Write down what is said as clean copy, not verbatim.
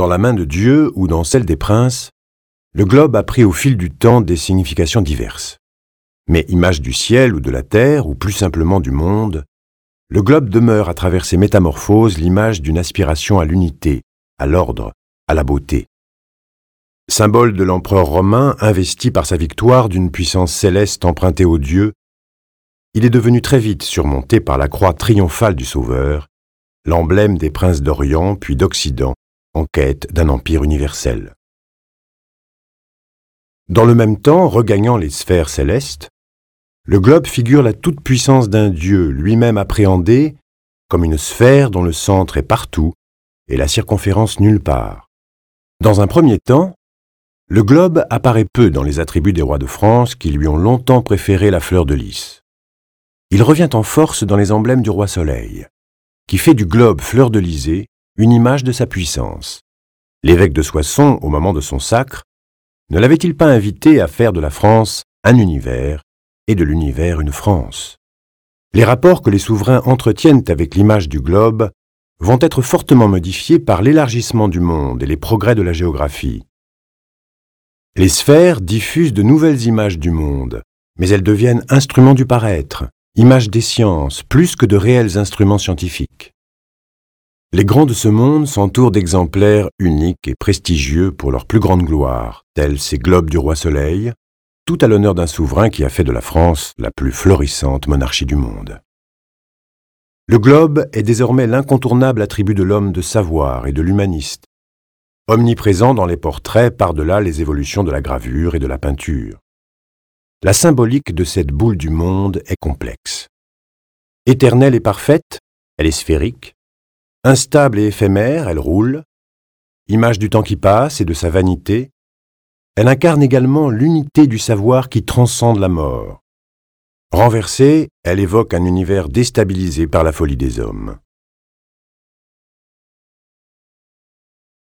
dans la main de Dieu ou dans celle des princes, le globe a pris au fil du temps des significations diverses. Mais image du ciel ou de la terre, ou plus simplement du monde, le globe demeure à travers ses métamorphoses l'image d'une aspiration à l'unité, à l'ordre, à la beauté. Symbole de l'empereur romain investi par sa victoire d'une puissance céleste empruntée aux dieux, il est devenu très vite surmonté par la croix triomphale du Sauveur, l'emblème des princes d'Orient puis d'Occident en quête d'un empire universel. Dans le même temps, regagnant les sphères célestes, le globe figure la toute-puissance d'un Dieu lui-même appréhendé comme une sphère dont le centre est partout et la circonférence nulle part. Dans un premier temps, le globe apparaît peu dans les attributs des rois de France qui lui ont longtemps préféré la fleur de lys. Il revient en force dans les emblèmes du roi Soleil, qui fait du globe fleur-de-lysée une image de sa puissance. L'évêque de Soissons, au moment de son sacre, ne l'avait-il pas invité à faire de la France un univers et de l'univers une France? Les rapports que les souverains entretiennent avec l'image du globe vont être fortement modifiés par l'élargissement du monde et les progrès de la géographie. Les sphères diffusent de nouvelles images du monde, mais elles deviennent instruments du paraître, images des sciences, plus que de réels instruments scientifiques. Les grands de ce monde s'entourent d'exemplaires uniques et prestigieux pour leur plus grande gloire, tels ces globes du roi Soleil, tout à l'honneur d'un souverain qui a fait de la France la plus florissante monarchie du monde. Le globe est désormais l'incontournable attribut de l'homme de savoir et de l'humaniste, omniprésent dans les portraits par-delà les évolutions de la gravure et de la peinture. La symbolique de cette boule du monde est complexe. Éternelle et parfaite, elle est sphérique. Instable et éphémère, elle roule. Image du temps qui passe et de sa vanité, elle incarne également l'unité du savoir qui transcende la mort. Renversée, elle évoque un univers déstabilisé par la folie des hommes.